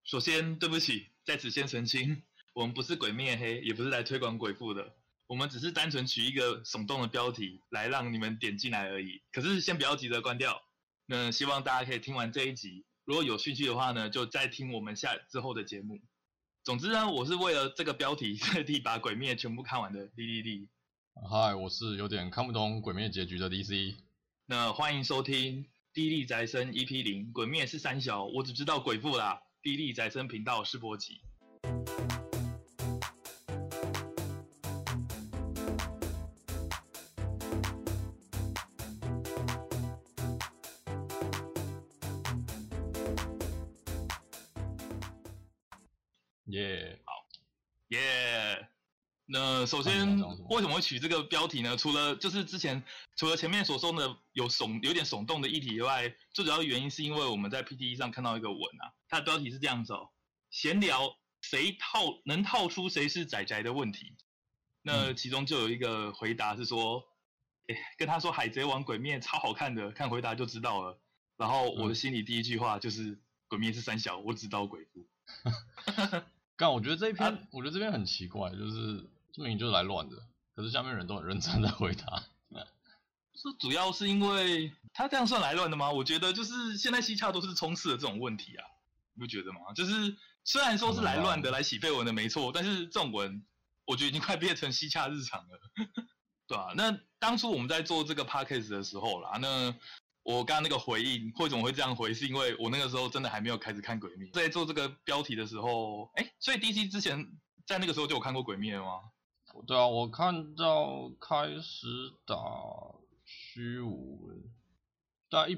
首先，对不起，在此先澄清，我们不是鬼灭黑，也不是来推广鬼父的，我们只是单纯取一个耸动的标题来让你们点进来而已。可是先不要急着关掉，那希望大家可以听完这一集，如果有兴趣的话呢，就再听我们之后的节目。总之呢，我是为了这个标题特地把鬼灭全部看完的莉莉莉。 嗨，我是有点看不懂鬼灭结局的 DC。 那欢迎收听地利宅生 EP0，鬼灭是三小，我只知道鬼父啦。地利宅生频道试播集。 耶， 好，耶。那首先，为什么会取这个标题呢？除了前面所说的有点耸动的议题以外，最主要的原因是因为我们在 PTT 上看到一个文啊，它的标题是这样子哦：闲聊谁能套出谁是宅宅的问题。那其中就有一个回答是说，跟他说《海贼王》《鬼灭》超好看的，看回答就知道了。然后我的心里第一句话就是《鬼灭》是三小，我只知道鬼父。 干，我觉得这边很奇怪，就是这明明就是来乱的，可是下面人都很认真在回答。 是主要是因为他这样算来乱的吗？我觉得就是现在西洽都是充斥了这种问题啊，你不觉得吗？就是虽然说是来乱的、来洗绯闻的没错，但是这种文我觉得已经快变成西洽日常了，对啊，那当初我们在做这个 podcast 的时候啦，那我刚刚那个回应为什么会这样回，是因为我那个时候真的还没有开始看鬼灭，在做这个标题的时候，所以 DC 之前在那个时候就有看过鬼灭了吗？ 对啊，我看到开始打虚无，大概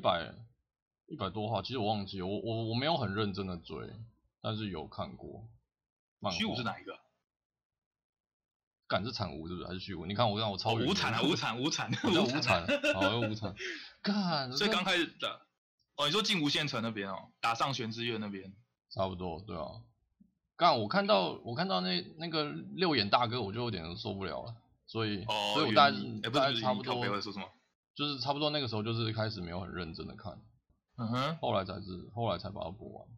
100多话，其实我忘记了，我没有很认真的追，但是有看过。 虚无是哪一个？ 干是产无是不是？还是虚无？你看我超无产啊，无产， 无产，好无产。干， 所以刚开始的你说进无限城那边哦，打上玄之月那边， 差不多，对啊。干，我看到那个六眼大哥，我就有点受不了了，所以我大概差不多， 说什么？ 就是差不多那个时候就是开始没有很认真的看，后来才把它播完。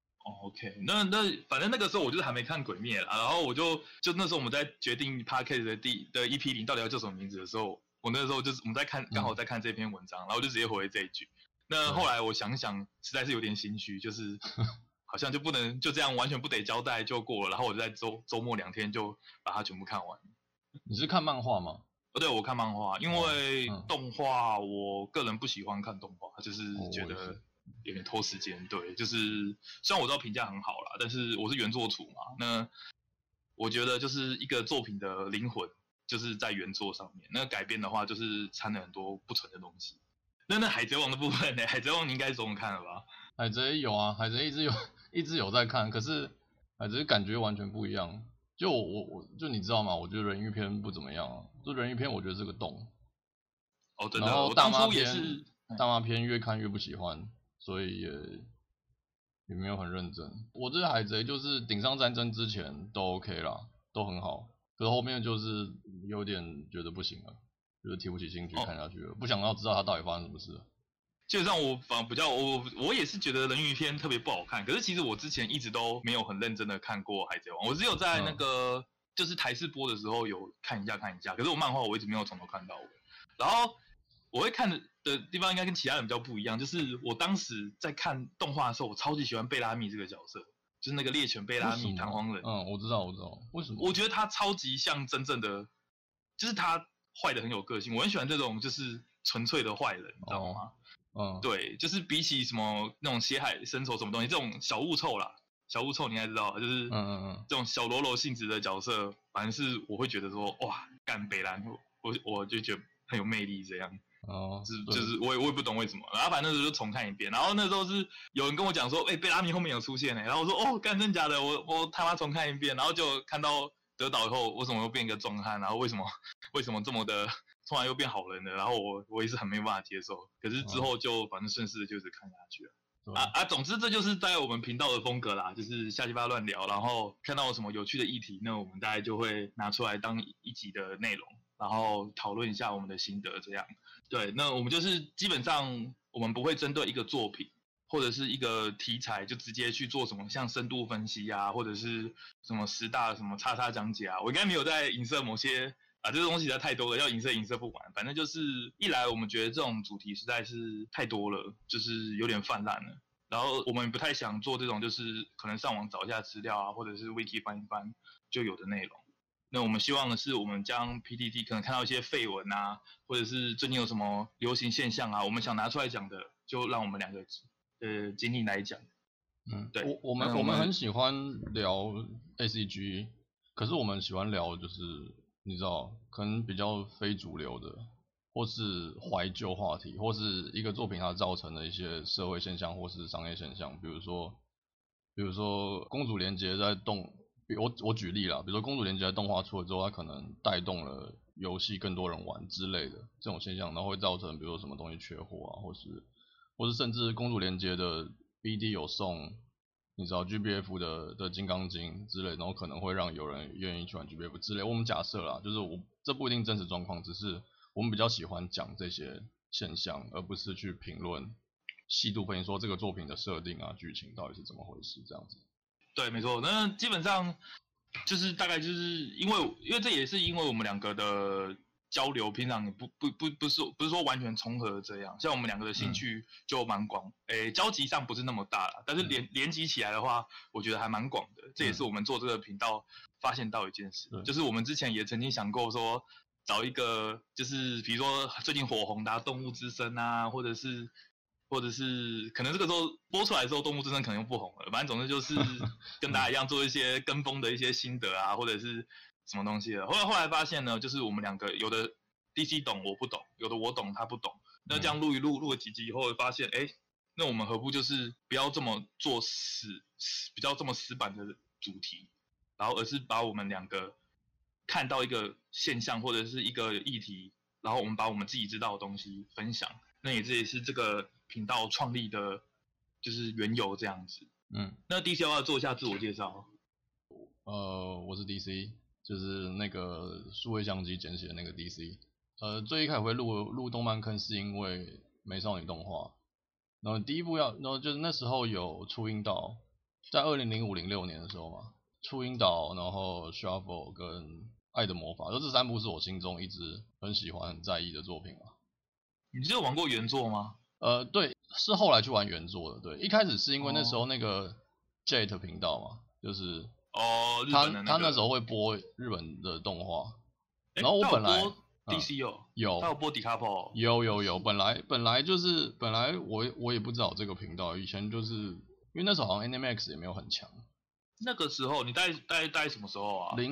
OK， 那反正那个时候我就是还没看鬼灭啦，然后我就那时候我们在决定 Podcast 的 EP0到底要叫什么名字的时候，我那时候就是我们刚好在看这篇文章，然后我就直接回这一句。那后来我想想，实在是有点心虚，就是好像就不能就这样完全不得交代就过了，然后我就在周末2天就把它全部看完。 你是看漫画吗？ 对，我看漫画，因为动画我个人不喜欢看动画，就是觉得有点拖时间。对，就是虽然我知道评价很好啦，但是我是原作主嘛，那我觉得就是一个作品的灵魂就是在原作上面，那改编的话就是掺了很多不纯的东西。那海贼王的部分呢？海贼王你应该总看了吧？ 海贼有啊，海贼一直有在看，可是海贼感觉完全不一样。就我就你知道吗？我觉得人鱼篇不怎么样啊，就人鱼篇我觉得是个洞。 真的。 然后大妈篇越看越不喜欢，所以也没有很认真。我这海贼就是顶上战争之前都 OK 啦，都很好，可是后面就是有点觉得不行了，就是提不起兴趣看下去了，不想要知道他到底发生什么事了。 基本上我反而比较我也是觉得人鱼篇特别不好看，可是其实我之前一直都没有很认真的看过海贼王，我只有在那个就是台视播的时候有看一下，可是我漫画我一直没有从头看到尾。然后我会看的地方应该跟其他人比较不一样，就是我当时在看动画的时候，我超级喜欢贝拉密这个角色，就是那个猎犬贝拉密弹簧人。 我知道，为什么？ 我觉得他超级像真正的，就是他坏的很有个性，我很喜欢这种就是纯粹的坏人，你知道吗？对，就是比起什么那种血海深仇什么东西，这种小物臭啦，小物臭你应该知道，就是这种小喽啰性质的角色，反正是我会觉得说哇，干北兰，我就觉得很有魅力这样。就是我也不懂为什么，然后反正那时候就重看一遍，然后那时候是有人跟我讲说，贝拉米后面有出现然后我说干真假的，我他妈重看一遍，然后就看到德岛以后为什么又变一个壮汉，然后为什么这么的突然又变好人了，然后我也是很没有办法接受，可是之后就反正顺势的就一直看下去了。总之这就是在我们频道的风格啦，就是瞎鸡巴乱聊，然后看到有什么有趣的议题，那我们大概就会拿出来当一集的内容，然后讨论一下我们的心得这样。对，那我们就是基本上我们不会针对一个作品或者是一个题材就直接去做什么像深度分析啊，或者是什么10大什么叉叉讲解啊，我应该没有在影射某些这个东西实在太多了，要影射不完。反正就是一来我们觉得这种主题实在是太多了，就是有点泛滥了。然后我们不太想做这种就是可能上网找一下资料啊，或者是 wiki 翻一翻就有的内容。那我们希望的是，我们将 PTT 可能看到一些绯闻啊，或者是最近有什么流行现象啊，我们想拿出来讲的，就让我们两个经历来讲。对， 我们很喜欢聊 ACG， 可是我们喜欢聊就是你知道，可能比较非主流的，或是怀旧话题，或是一个作品它造成的一些社会现象或是商业现象，比如说公主连结在我举例啦，比如说公主连结的动画出了之后，它可能带动了游戏更多人玩之类的这种现象，然后会造成比如说什么东西缺货啊，或是甚至公主连结的 BD 有送，你知道 GBF 的金刚经之类，然后可能会让有人愿意去玩 GBF 之类。我们假设啦，就是这不一定真实状况，只是我们比较喜欢讲这些现象，而不是去评论细度分析说这个作品的设定啊、剧情到底是怎么回事这样子。 对，没错。那基本上就是大概就是因为这也是因为我们两个的交流平常也不是说完全重合这样，像我们两个的兴趣就蛮广，交集上不是那么大啦，但是连集起来的话，我觉得还蛮广的。这也是我们做这个频道发现到一件事，就是我们之前也曾经想过说找一个就是比如说最近火红的动物之声啊，或者是可能这个时候播出来的时候，动物之声可能又不红了。反正总之就是跟大家一样做一些跟风的一些心得啊，或者是什么东西的。后来发现呢，就是我们两个有的 DC 懂我不懂，有的我懂他不懂。那这样录了几集以后，发现那我们何不就是不要这么做比较这么死板的主题，然后而是把我们两个看到一个现象或者是一个议题，然后我们把我们自己知道的东西分享。那也是这个频道创立的，就是缘由这样子。那 DC 要做一下自我介绍。 我是 DC， 就是那个数位相机简写的那个 DC。最一开始会录动漫坑是因为美少女动画，然后第一部然后就是那时候有初音岛，在2005-06年的时候嘛，初音岛，然后 Shuffle 跟爱的魔法，就这3部是我心中一直很喜欢、很在意的作品嘛。 你是有玩过原作吗？ 对，是后来去玩原作的。对，一开始是因为那时候那个 Jet 频道嘛，就是日本的他那时候会播日本的动画，然后我本来 DC 有他有播 Decapo 有，本来我也不知道这个频道，以前就是因为那时候好像 Animax 也没有很强。 那个时候你大概什么时候啊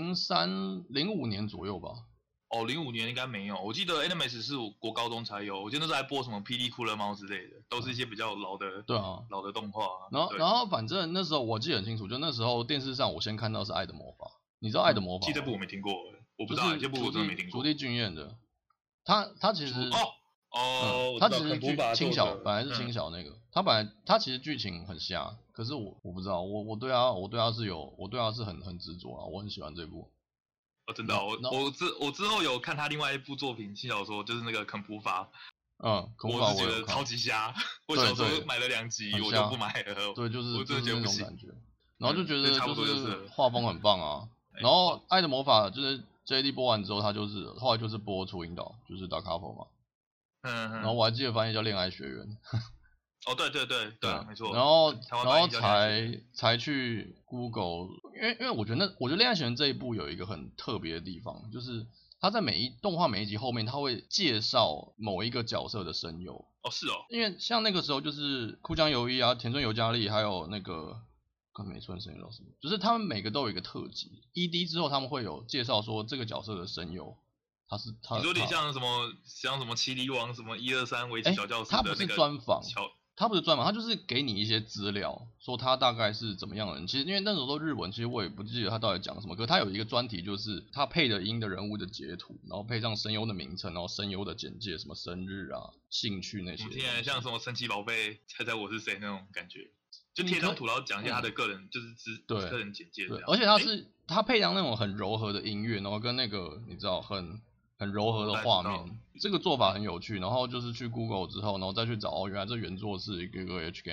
？05年左右吧。 05年应该没有，我记得 Animax 是我国高中才有，我记得那时候还播什么霹雳酷乐猫之类的，都是一些比较老的老的动画。 然后反正那时候我记得很清楚，就那时候电视上我先看到是爱的魔法，你知道爱的魔法吗？ 其实这部我没听过，我不知道，这部我真的没听过。 竹地俊彦的，他其实他其实轻小，本来是轻小那个，他其实剧情很瞎，可是我不知道，我对他是很执着啊，我很喜欢这部。 真的，我之后有看他另外一部作品轻小说，就是那个肯普法。 肯普法我是觉得超级瞎，我小时候买了2集，我就不买了。 对，就是我真的觉得那种感觉，然后就觉得就是画风很棒啊。然后爱的魔法就是 JD 播完之后，他就是后来就是播初音岛，就是打卡普嘛。然后我还记得翻译叫恋爱学院。 对，没错。 然后才去 Google， 因为我觉得恋爱学院这一部有一个很特别的地方，就是他在动画每一集后面，他会介绍某一个角色的声优。 是哦。 因为像那个时候就是哭江游一啊、田村由佳丽，还有那个跟美村声优老师，就是他们每个都有一个特辑 ，ED 之后他们会有介绍说这个角色的声优。 你有点像什么麒麟王什么123围棋小教室的那个。 他不是专访。他不是专门，他就是给你一些资料，说他大概是怎么样的人。其实因为那时候都日文，其实我也不记得他到底讲什么。可是他有一个专题，就是他配的音的人物的截图，然后配上声优的名称，然后声优的简介，什么生日啊、兴趣那些。 听起来像什么神奇宝贝，猜猜我是谁那种感觉，就贴张图然后讲一下他的个人，就是个人简介这样。 而且他配上那种很柔和的音乐，然后跟那个你知道很柔和的画面，这个做法很有趣。然后就是去 Google 之后，然后再去找原来这原作是一个 H game，然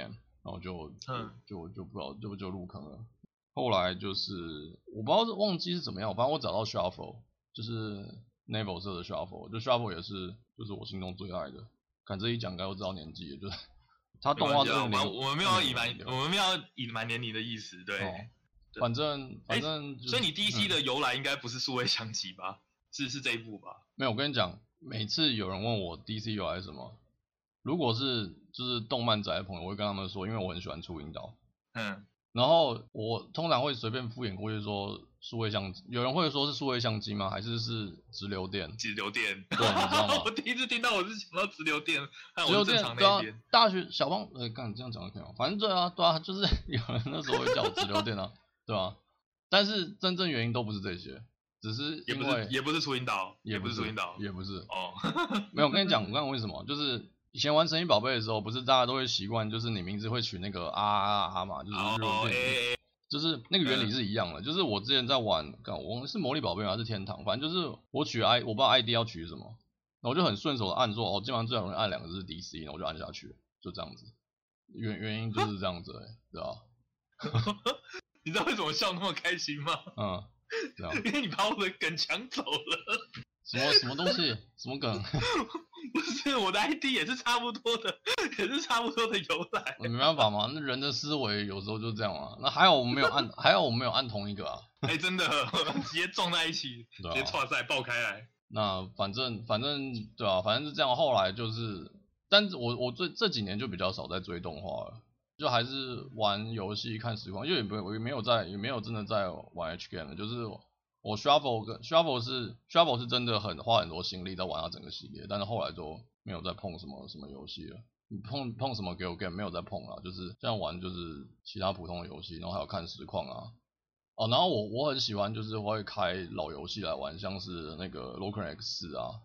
然后就不知道就入坑了。后来就是我不知道是忘记是怎么样，反正我找到 Shuffle， 就是 Naval 社的 Shuffle， 就 Shuffle 也是就是我心中最爱的。看这一讲应该都知道年纪，就是他动画我们没有要隐瞒年龄的意思，对。 反正、 所以你 DC 的由来应该不是数位相机吧？是这一部吧？ 没有，我跟你讲，每次有人问我 DC 由来是什么，如果是就是动漫宅的朋友，我会跟他们说，因为我很喜欢出引导。然后我通常会随便敷衍过去说数位相机，有人会说是数位相机吗？还是直流电？ 直流电， 对，你知道吗？ 我第一次听到我是想到直流电， 直流电对啊，大学小胖干这样讲就可以吗？反正对啊，就是有人那时候会叫我直流电啊，对啊，但是真正原因都不是这些，只是因为也不是出引导， 也不是哦， 没有，我跟你讲，我刚刚为什么就是以前玩神奇宝贝的时候，不是大家都会习惯，就是你名字会取那个啊嘛，就是日文电，就是那个原理是一样的。就是我之前在玩，我忘了是魔力宝贝还是天堂，反正就是我取我不知道 ID 要取什么，然后我就很顺手的按说，基本上最容易按2个字 DC， 然后我就按下去了，就这样子。原因就是这样子对吧？ 你知道为什么笑那么开心吗？ 对啊， 因为你把我的梗抢走了。 什么东西？什么梗？ 不是我的 ID 也是差不多的由来。 没办法嘛，那人的思维有时候就这样嘛。那还好我们没有按同一个啊。 真的，直接撞在一起，直接唰赛爆开来。 那反正对啊，反正是这样。后来就是，但是我这几年就比较少在追动画了，就还是玩游戏看实况，因为我也没有真的在玩 H game， 就是。我 Shuffle 是真的花很多心力在玩它整个系列，但是后来就没有再碰什么游戏了。你碰什么 game 没有再碰了，就是这样玩就是其他普通的游戏，然后还有看实况啊。然后我很喜欢就是会开老游戏来玩，像是那个 Local X4 啊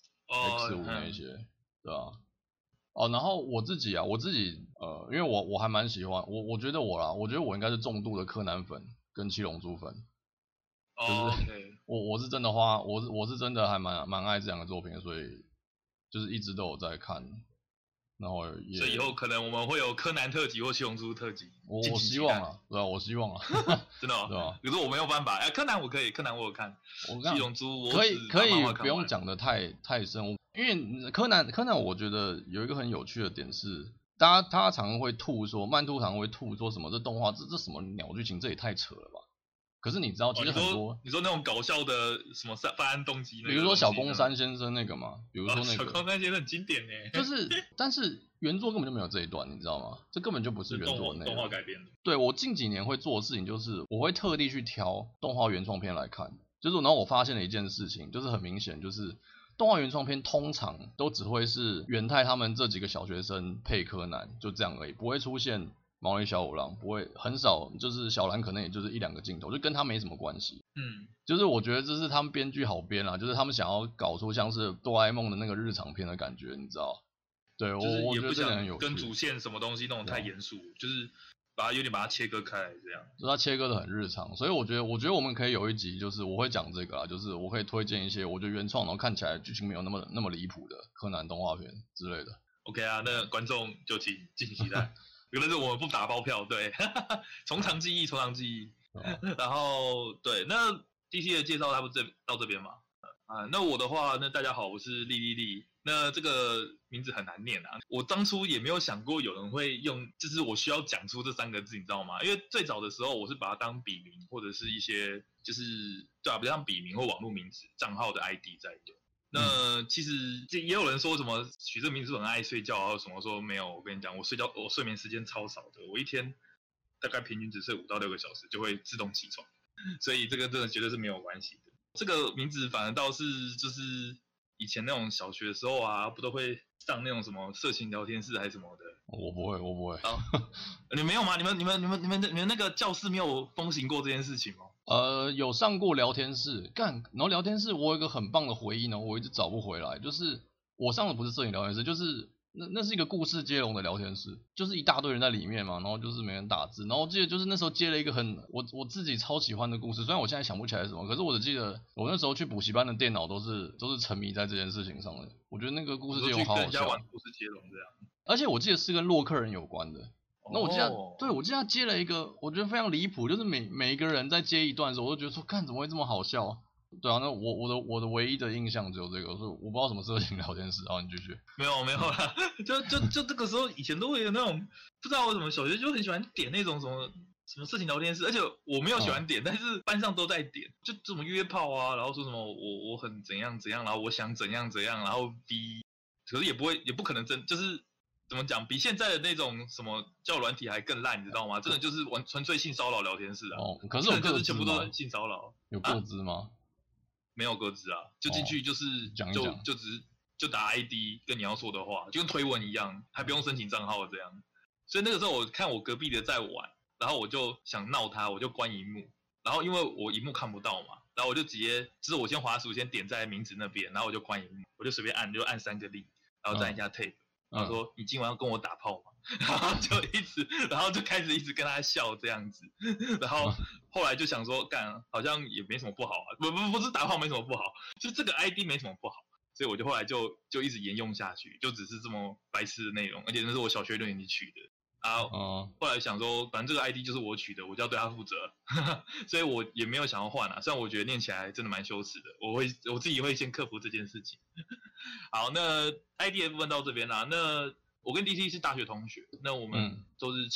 ，X5 那些，对啊。然后我自己因为我还蛮喜欢，我觉得我应该是重度的柯南粉跟七龙珠粉。就是我是真的我是真的还蛮爱这两个作品，所以就是一直都有在看，然后所以以后可能我们会有柯南特辑或七龙珠特辑。 我希望啊，对啊，我希望啊， 真的对吧？ 可是我没有办法，柯南我可以，柯南我有看，七龙珠我可以不用讲的太深，因为柯南我觉得有一个很有趣的点是，他常常会吐说，漫兔常会吐说什么这动画这什么鸟剧情，这也太扯了吧。可是你知道，其实很多你说那种搞笑的什么犯案动机， 比如说小宫山先生那个嘛，比如说那个小宫山先生很经典呢， 但是原作根本就没有这一段，你知道吗？这根本就不是原作内容， 动画改编的。 对，我近几年会做的事情就是我会特地去挑动画原创片来看，就是然后我发现了一件事情，就是很明显就是动画原创片通常都只会是元太他们这几个小学生配柯南，就这样而已，不会出现毛利小五郎，不会很少，就是小兰可能也就是1-2个镜头，就跟他没什么关系。就是我觉得这是他们编剧好编啦，就是他们想要搞出像是哆啦 A 梦的那个日常片的感觉，你知道？对，我觉得这个很有趣。 跟主线什么东西弄得太严肃，就是有点把它切割开来这样。 就它切割的很日常，所以我觉得我们可以有一集，就是我会讲这个啦，就是我可以推荐一些我觉得原创然后看起来剧情没有那么离谱的柯南动画片之类的。 OK 啊，那观众就请敬请期待。原来是我们不打包票，对，从长计议。然后对，那 DC 的介绍差不多到这边嘛。那我的话，那大家好，我是莉。那这个名字很难念啊，我当初也没有想过有人会用，就是我需要讲出这3个字，你知道吗？因为最早的时候我是把它当笔名或者是一些就是对啊，比如像笔名或网络名字账号的 ID 在用。那其实也有人说什么取这个名字很爱睡觉啊，什么说没有，我跟你讲，我睡眠时间超少的，我一天大概平均只睡5到6个小时就会自动起床，所以这个真的绝对是没有关系的。这个名字反而倒是就是以前那种小学的时候啊，不都会上那种什么色情聊天室还是什么的？ 我不会。 你没有吗？你们那个教室没有风行过这件事情吗？ 有上过聊天室，然后聊天室我有一个很棒的回忆呢，我一直找不回来，就是我上的不是摄影聊天室，就是那是一个故事接龙的聊天室，就是一大堆人在里面嘛，然后就是每人打字，然后我记得就是那时候接了一个我自己超喜欢的故事，虽然我现在想不起来是什么，可是我只记得我那时候去补习班的电脑都是沉迷在这件事情上的，我觉得那个故事接龙好好笑， 玩故事接龙这样， 而且我记得是跟洛克人有关的。 那我记得，对，我记得他接了一个，我觉得非常离谱，就是每一个人在接一段的时候，我都觉得说，看怎么会这么好笑？对啊，那我的唯一的印象只有这个，所以我不知道什么色情聊天室。然后你继续。 没有啦，就这个时候以前都会有那种不知道为什么小学就很喜欢点那种什么色情聊天室，而且我没有喜欢点，但是班上都在点，就这种约炮啊，然后说什么我很怎样，然后我想怎样，然后可是也不可能就是怎么讲，比现在的那种什么交友软体还更烂，你知道吗？真的就是纯粹性骚扰聊天室啊。 可是有就是全部都是性骚扰。 有个资吗？ 没有个资啊，就进去就是就打 ID 跟你要说的话，就跟推文一样，还不用申请账号这样。所以那个时候我看我隔壁的在玩，然后我就想闹他，我就关荧幕，然后因为我荧幕看不到嘛，然后我就直接就是我先滑鼠先点在名字那边，然后我就关荧幕，我就随便按3个力，然后再按一下 tape，然后说你今晚要跟我打炮吗？然后然后就开始一直跟他笑这样子，然后后来就想说，干好像也没什么不好啊，不是打炮没什么不好，就这个 ID 没什么不好，所以我就后来就一直沿用下去，就只是这么白痴的内容，而且那是我小学6年级取的。后来想说，反正这个 ID 就是我取的，我就要对他负责，所以我也没有想要换啊。虽然我觉得念起来真的蛮羞耻的，我自己会先克服这件事情。好，那 ID 的部分到这边啦。那我跟 DT 是大学同学，那我们都是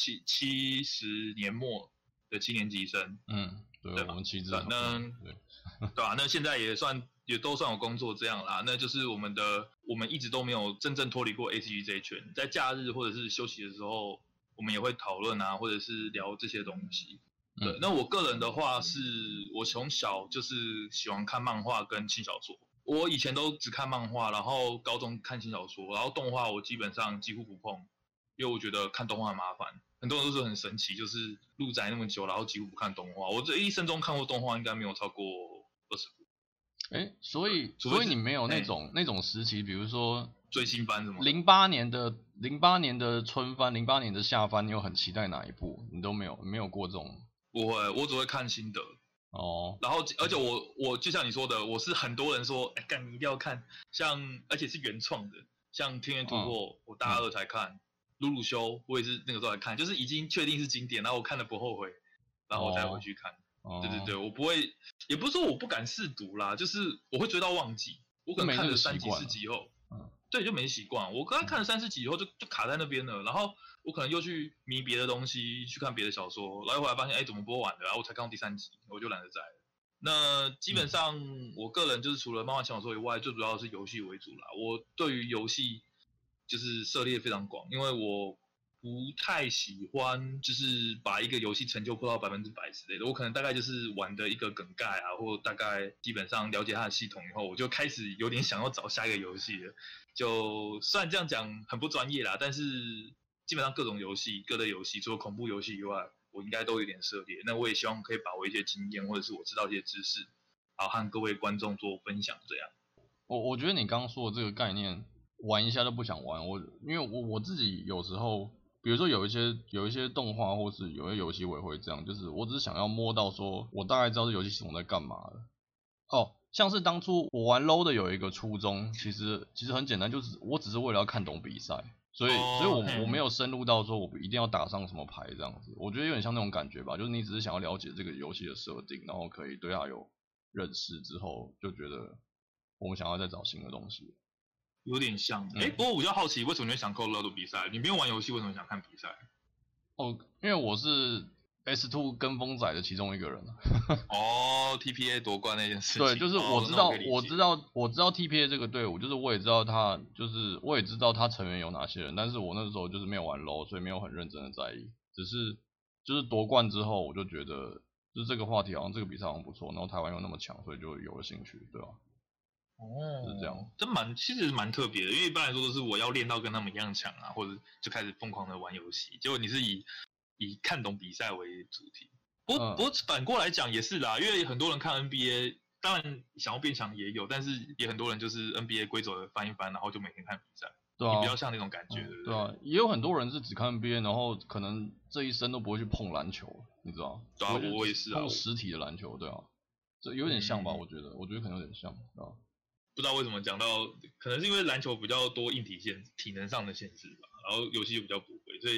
70年末的7年级生。 对，我们7字。 对吧？那现在也都算有工作这样啦。那就是我们一直都没有真正脱离过 ACG 这一圈，在假日或者是休息的时候，我们也会讨论啊，或者是聊这些东西。对，那我个人的话是，我从小就是喜欢看漫画跟轻小说。我以前都只看漫画，然后高中看轻小说，然后动画我基本上几乎不碰，因为我觉得看动画很麻烦。很多人都是很神奇，就是入宅那么久，然后几乎不看动画。我这一生中看过动画应该没有超过20部。 所以你没有那种时期，比如说追新番什么 ？08年的春番，08年的夏番，你有很期待哪一部？你都没有过这种？ 不会，我只会看心得。然后而且我就像你说的，我是很多人说，干你一定要看，而且是原创的，像《天元突破》，我大2才看，鲁鲁修我也是那个时候来看，就是已经确定是经典，然后我看了不后悔，然后我才回去看。对，我不会，也不是说我不敢试读啦，就是我会追到忘记，我可能看了3集4集以后，对，就没习惯。我刚才看了3、4集以后就卡在那边了，然后我可能又去迷别的东西，去看别的小说，然后后来发现怎么播完了，然后我才看到第3集，我就懒得载了。那基本上我个人就是除了漫画小说以外，最主要是游戏为主啦。我对于游戏就是涉猎非常广，因为我不太喜欢就是把一个游戏成就做到100%之类的，我可能大概就是玩的一个梗概啊，或大概基本上了解它的系统以后，我就开始有点想要找下一个游戏了。就虽然这样讲很不专业啦，但是基本上各类游戏，除了恐怖游戏以外，我应该都有点涉猎。那我也希望可以把握一些经验，或者是我知道一些知识，好和各位观众做分享。这样， 我觉得你刚刚说的这个概念，玩一下都不想玩。因为我自己有时候，比如说有一些动画或是有些游戏我也会这样，就是我只是想要摸到说我大概知道这游戏系统在干嘛了。像是当初我玩 LOL 的有一个初衷，其实很简单，就是我只是为了要看懂比赛，所以我没有深入到说我一定要打上什么牌这样子。我觉得有点像那种感觉吧，就是你只是想要了解这个游戏的设定，然后可以对它有认识之后，就觉得我们想要再找新的东西。 有点像。不过我比较好奇，为什么你会想扣 LOL 比赛？你没有玩游戏，为什么想看比赛？ 因为我是 S2 跟风仔的其中一个人。 TPA 夺冠那件事情。 对，就是我知道 TPA 这个队伍，就是我也知道他成员有哪些人，但是我那时候就是没有玩 LOL， 所以没有很认真的在意，只是就是夺冠之后，我就觉得就是这个话题好像这个比赛好像不错，然后台湾又那么强，所以就有了兴趣，对吧？是这样， 其实蛮特别的，因为一般来说都是我要练到跟他们一样强啊，或者就开始疯狂的玩游戏，结果你是以看懂比赛为主题。不过反过来讲也是啦，因为很多人看 NBA， 当然想要变强也有，但是也很多人就是 NBA 规则翻一翻，然后就每天看比赛。 对啊， 你比较像那种感觉，对不对？ 对啊，也有很多人是只看 NBA， 然后可能这一生都不会去碰篮球，你知道？ 对啊，我也是啊， 碰实体的篮球，对啊，这有点像吧？我觉得可能有点像，对吧？ 不知道为什么讲到，可能是因为篮球比较多硬体体能上的限制吧，然后游戏又比较不会，所以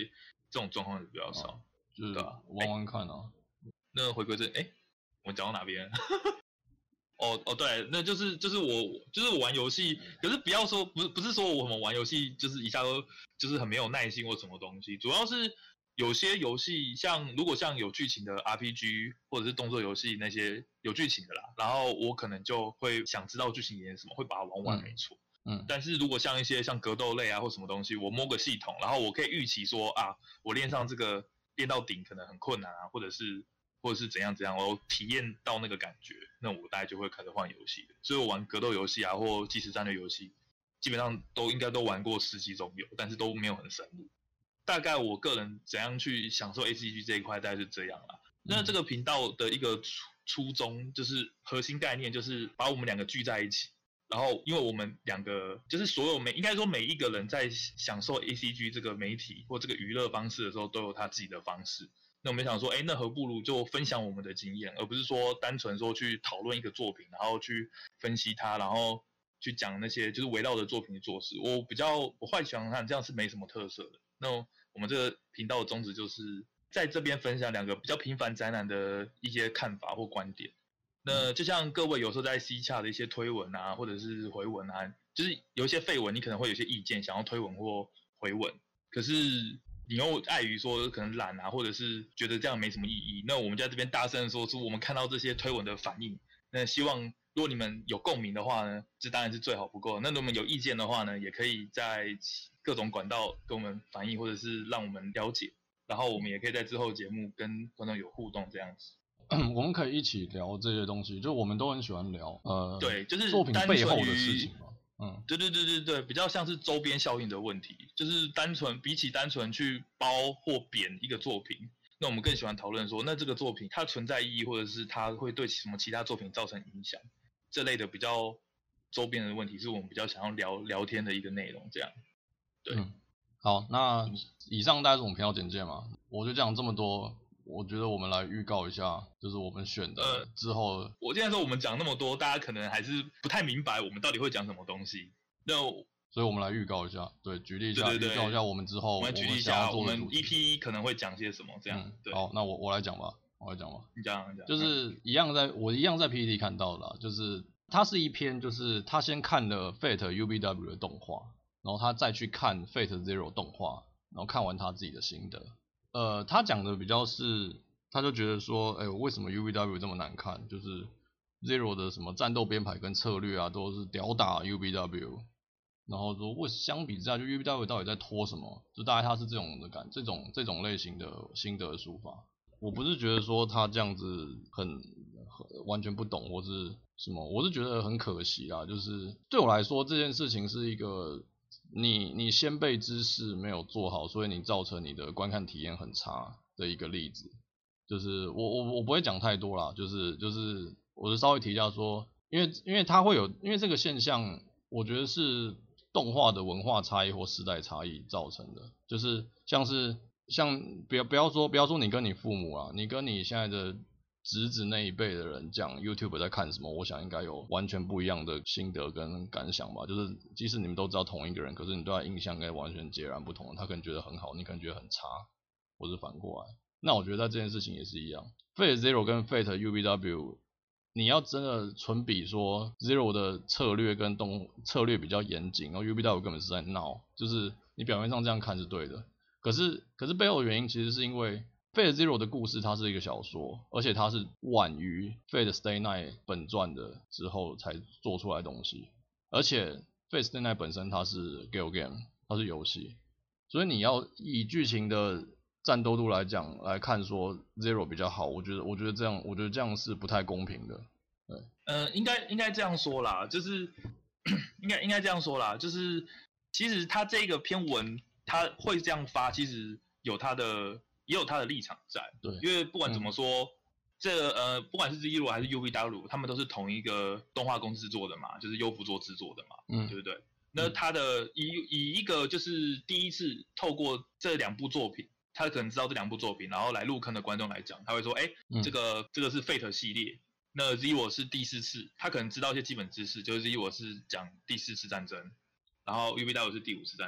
这种状况是比较少， 就是玩玩看啊。 那回归这，我们讲到哪边？对，那就是我玩游戏，可是不要说不是说我们玩游戏就是一下都就是很没有耐心或什么东西，主要是有些游戏如果像有剧情的 RPG 或者是动作游戏那些有剧情的啦，然后我可能就会想知道剧情演什么，会把它玩完没错。但是如果像一些像格斗类啊或什么东西，我摸个系统，然后我可以预期说我练上这个练到顶可能很困难啊，或者是怎样，我体验到那个感觉，那我大概就会开始换游戏。所以我玩格斗游戏啊，或即时战略游戏，基本上应该都玩过10几种有，但是都没有很深入。大概我个人怎样去享受 ACG 这一块，大概是这样啦。那这个频道的一个初衷就是核心概念，就是把我们两个聚在一起。然后，因为我们两个就是应该说每一个人在享受 ACG 这个媒体或这个娱乐方式的时候，都有他自己的方式。那我们想说，那何不如就分享我们的经验，而不是说单纯说去讨论一个作品，然后去分析它，然后去讲那些就是围绕着作品去做事。我坏想看这样是没什么特色的。那我们这个频道的宗旨就是在这边分享两个比较平凡宅男的一些看法或观点。那就像各位有时候在 C 洽的一些推文啊，或者是回文啊，就是有一些废文，你可能会有一些意见，想要推文或回文，可是你又碍于说可能懒啊，或者是觉得这样没什么意义。那我们在这边大声的说出我们看到这些推文的反应。那希望如果你们有共鸣的话呢，这当然是最好不过。那如果你们有意见的话呢，也可以在各种管道跟我们反映，或者是让我们了解。然后我们也可以在之后节目跟观众有互动这样子。 我们可以一起聊这些东西，就我们都很喜欢聊， 对，就是作品背后的事情嘛， 对，比较像是周边效应的问题，就是比起单纯去褒或贬一个作品，那我们更喜欢讨论说，那这个作品它存在意义，或者是它会对什么其他作品造成影响，这类的比较周边的问题，是我们比较想要聊天的一个内容，这样。对， 好，那以上大概是我们频道简介嘛，我就讲这么多。我觉得我们来预告一下，就是我们选的之后。 我既然说我们讲那么多，大家可能还是不太明白我们到底会讲什么东西。 所以我们来预告一下，对，举例一下，预告一下我们之后我们举例一下我们 EP 可能会讲些什么这样。对， 好，那我来讲吧， 你讲。 就是我一样在 PTT 看到的啦，就是它是一篇，就是他先看了 Fate UBW 的动画，然后他再去看 Fate Zero 动画，然后看完他自己的心得。他讲的比较是，他就觉得说，为什么 UBW 这么难看？就是 Zero 的什么战斗编排跟策略啊，都是吊打 UBW。然后说，相比之下，就 UBW 到底在拖什么？就大概他是这种类型的心得抒发。我不是觉得说他这样子很完全不懂或是什么，我是觉得很可惜啦。就是对我来说，这件事情是一个。你先辈知识没有做好，所以你造成你的观看体验很差的一个例子。就是我不会讲太多啦，就是我就稍微提一下说，因为它会有，因为这个现象，我觉得是动画的文化差异或时代差异造成的。就是不要说你跟你父母啊，你跟你现在的侄子那一辈的人讲 YouTube 在看什么，我想应该有完全不一样的心得跟感想吧。就是即使你们都知道同一个人，可是你对他印象应该完全截然不同。他可能觉得很好，你可能觉得很差，或是反过来。那我觉得在这件事情也是一样。Fate Zero 跟 Fate UBW， 你要真的纯比说 Zero 的策略跟策略比较严谨，然后 UBW 根本是在闹，就是你表面上这样看是对的，可是背后的原因其实是因为Fate Zero 的故事它是一个小说，而且它是晚于 Fate Stay Night 本传的之后才做出来的东西，而且 Fate Stay Night 本身它是 Gal Game， 它是游戏，所以你要以剧情的战斗度来看说 Zero 比较好，我觉得这样是不太公平的。对， 应该这样说啦，就是应该这样说啦，就是其实他这个篇文他会这样发，其实也有他的立场在。 对， 因为不管怎么说，不管是 Zero 还是 UBW， 他们都是同一个动画公司做的嘛，就是优芙做制作的嘛，对不对？那他的以一个就是第一次透过这两部作品，他可能知道这两部作品，然后来入坑的观众来讲，他会说，这个是 Fate 系列。那 Zero 是第4次，他可能知道一些基本知识，就是 Zero 是讲第4次战争，然后 UBW 是第5次战争。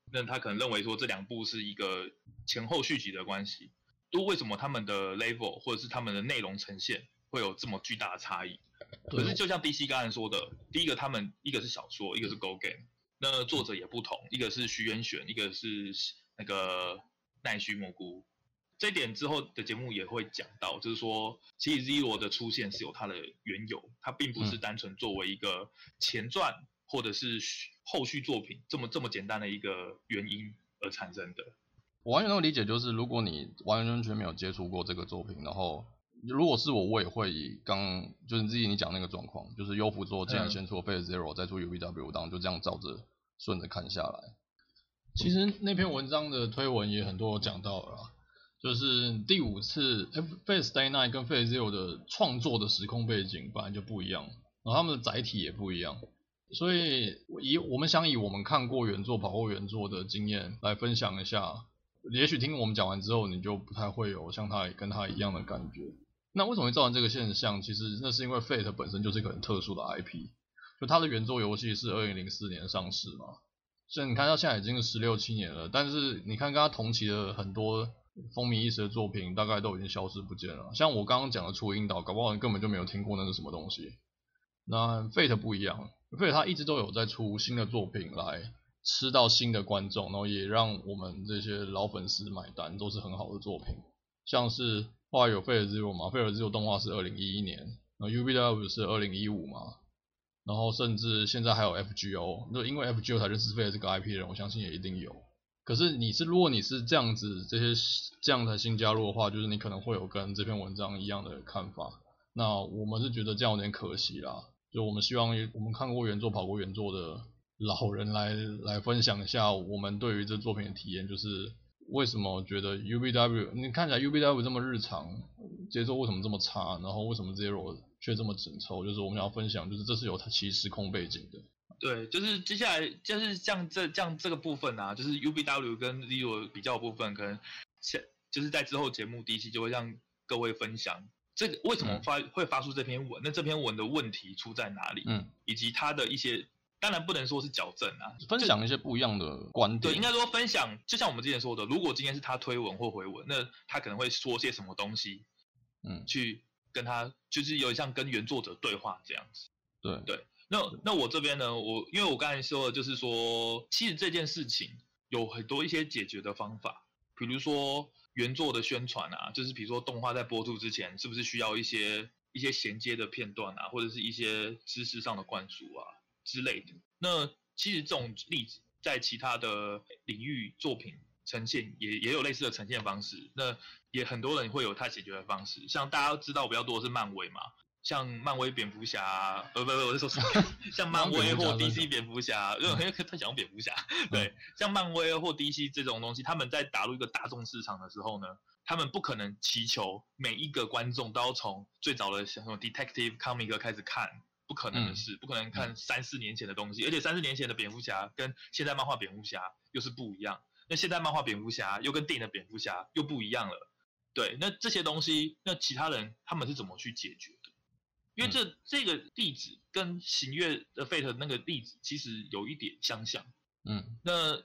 那他可能认为说这2部是一个前后续集的关系，都为什么他们的 level 或者是他们的内容呈现会有这么巨大的差异？可是就像 DC 刚才说的，第一个他们一个是小说，一个是 Go Game， 那作者也不同，一个是徐元选，一个是那个奈须蘑菇。这一点之后的节目也会讲到，就是说，其实 Zero 的出现是有它的缘由，它并不是单纯作为一个前传或者是后续作品这么简单的一个原因而产生的。 我完全能够理解，就是如果你完全没有接触过这个作品，然后如果是我也会以就是自己你讲那个状况，就是优辅作既然先出了 Fate Zero， 再出 UBW， 当然就这样照着顺着看下来。其实那篇文章的推文也很多讲到了啦，就是第5次 Fate Stay Night 跟 Fate Zero 的创作的时空背景本来就不一样，然后他们的载体也不一样，所以我们想以我们看过原作、跑过原作的经验来分享一下。也许听我们讲完之后，你就不太会有像他跟他一样的感觉。那为什么会造成这个现象？其实那是因为 Fate 本身就是一个很特殊的 IP， 就它的原作游戏是2004年上市嘛，所以你看到现在已经16、17年了，但是你看跟他同期的很多风靡一时的作品，大概都已经消失不见了。像我刚刚讲的初音岛，搞不好人根本就没有听过那是什么东西。那 Fate 不一样 ，Fate 它一直都有在出新的作品来吃到新的观众，然后也让我们这些老粉丝买单，都是很好的作品。像是后来有 Fate Zero 嘛 ，Fate Zero 动画是2011年，然后 UBW 是2015嘛，然后甚至现在还有 FGO， 就因为 FGO 才认识 Fate 这个 IP 的人，我相信也一定有。可是如果你是这样子这样才新加入的话，就是你可能会有跟这篇文章一样的看法。那我们是觉得这样有点可惜啦，就我们希望我们看过原作、跑过原作的老人来分享一下我们对于这作品的体验，就是为什么觉得 UBW 你看起来 UBW 这么日常，节奏为什么这么差，然后为什么 Zero 却这么紧凑，就是我们要分享，就是这是有它其时空背景的。 对，就是接下来就是像这个部分啊，就是 UBW 跟 Zero 比较的部分，可能就是在之后节目第1期就会让各位分享这个为什么会发出这篇文，那这篇文的问题出在哪里，以及它的一些。当然不能说是矫正啊， 分享一些不一样的观点。 对，应该说分享，就像我们之前说的，如果今天是他推文或回文，那他可能会说些什么东西，去跟他就是有点像跟原作者对话这样子。对，那我这边呢，因为我刚才说的就是说，其实这件事情有很多一些解决的方法，比如说原作的宣传啊，就是比如说动画在播出之前，是不是需要一些衔接的片段啊，或者是一些知识上的灌输啊之类的。那其实这种例子在其他的领域作品呈现也有类似的呈现方式。那也很多人会有他解决的方式，像大家知道比较多的是漫威嘛，像漫威蝙蝠侠，我是说像漫威或 DC 蝙蝠侠，因为太想用蝙蝠侠，对，像漫威或 DC 这种东西，他们在打入一个大众市场的时候呢，他们不可能祈求每一个观众都要从最早的什么 Detective Comic 开始看。不可能的事，不可能看3、4年前的东西，而且3、4年前的蝙蝠侠跟现在漫画蝙蝠侠又是不一样。那现在漫画蝙蝠侠又跟电影的蝙蝠侠又不一样了。对，那这些东西，那其他人他们是怎么去解决的？因为这个例子跟行月的 Fate 那个例子其实有一点相像。那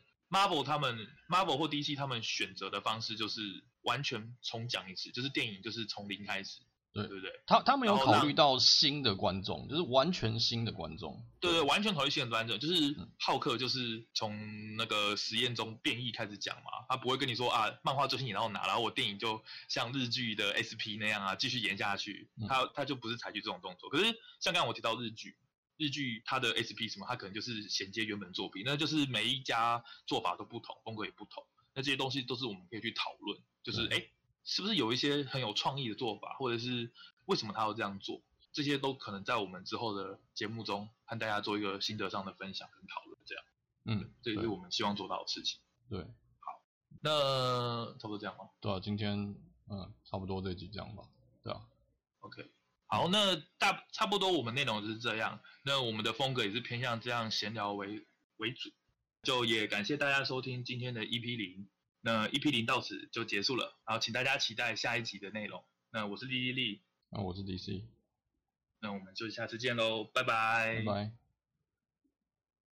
Marvel 或 DC 他们选择的方式就是完全重讲一次，就是电影就是从零开始。对不对？ 他们有考虑到新的观众，就是完全新的观众。 对，完全考虑新的观众，就是浩克就是从那个实验中变异开始讲嘛，他不会跟你说啊，漫画最新然后拿，然后我电影就像日剧的 SP 那样啊，继续演下去，他就不是采取这种动作。可是像刚刚我提到日剧它的 SP 什么，它可能就是衔接原本作品，那就是每一家做法都不同，风格也不同，那这些东西都是我们可以去讨论，就是是不是有一些很有创意的做法，或者是为什么他要这样做？这些都可能在我们之后的节目中和大家做一个心得上的分享跟讨论，这样。这也是我们希望做到的事情。 对， 好，那差不多这样吗？ 对啊，今天差不多这集这样吧。对啊。 OK， 好，那差不多我们内容就是这样。那我们的风格也是偏向这样闲聊为主。就也感谢大家收听今天的 EP0。那 EP0到此就结束了，然后请大家期待下一集的内容。那我是莉莉莉， 那我是 DC， 那我们就下次见喽，拜拜。 拜拜。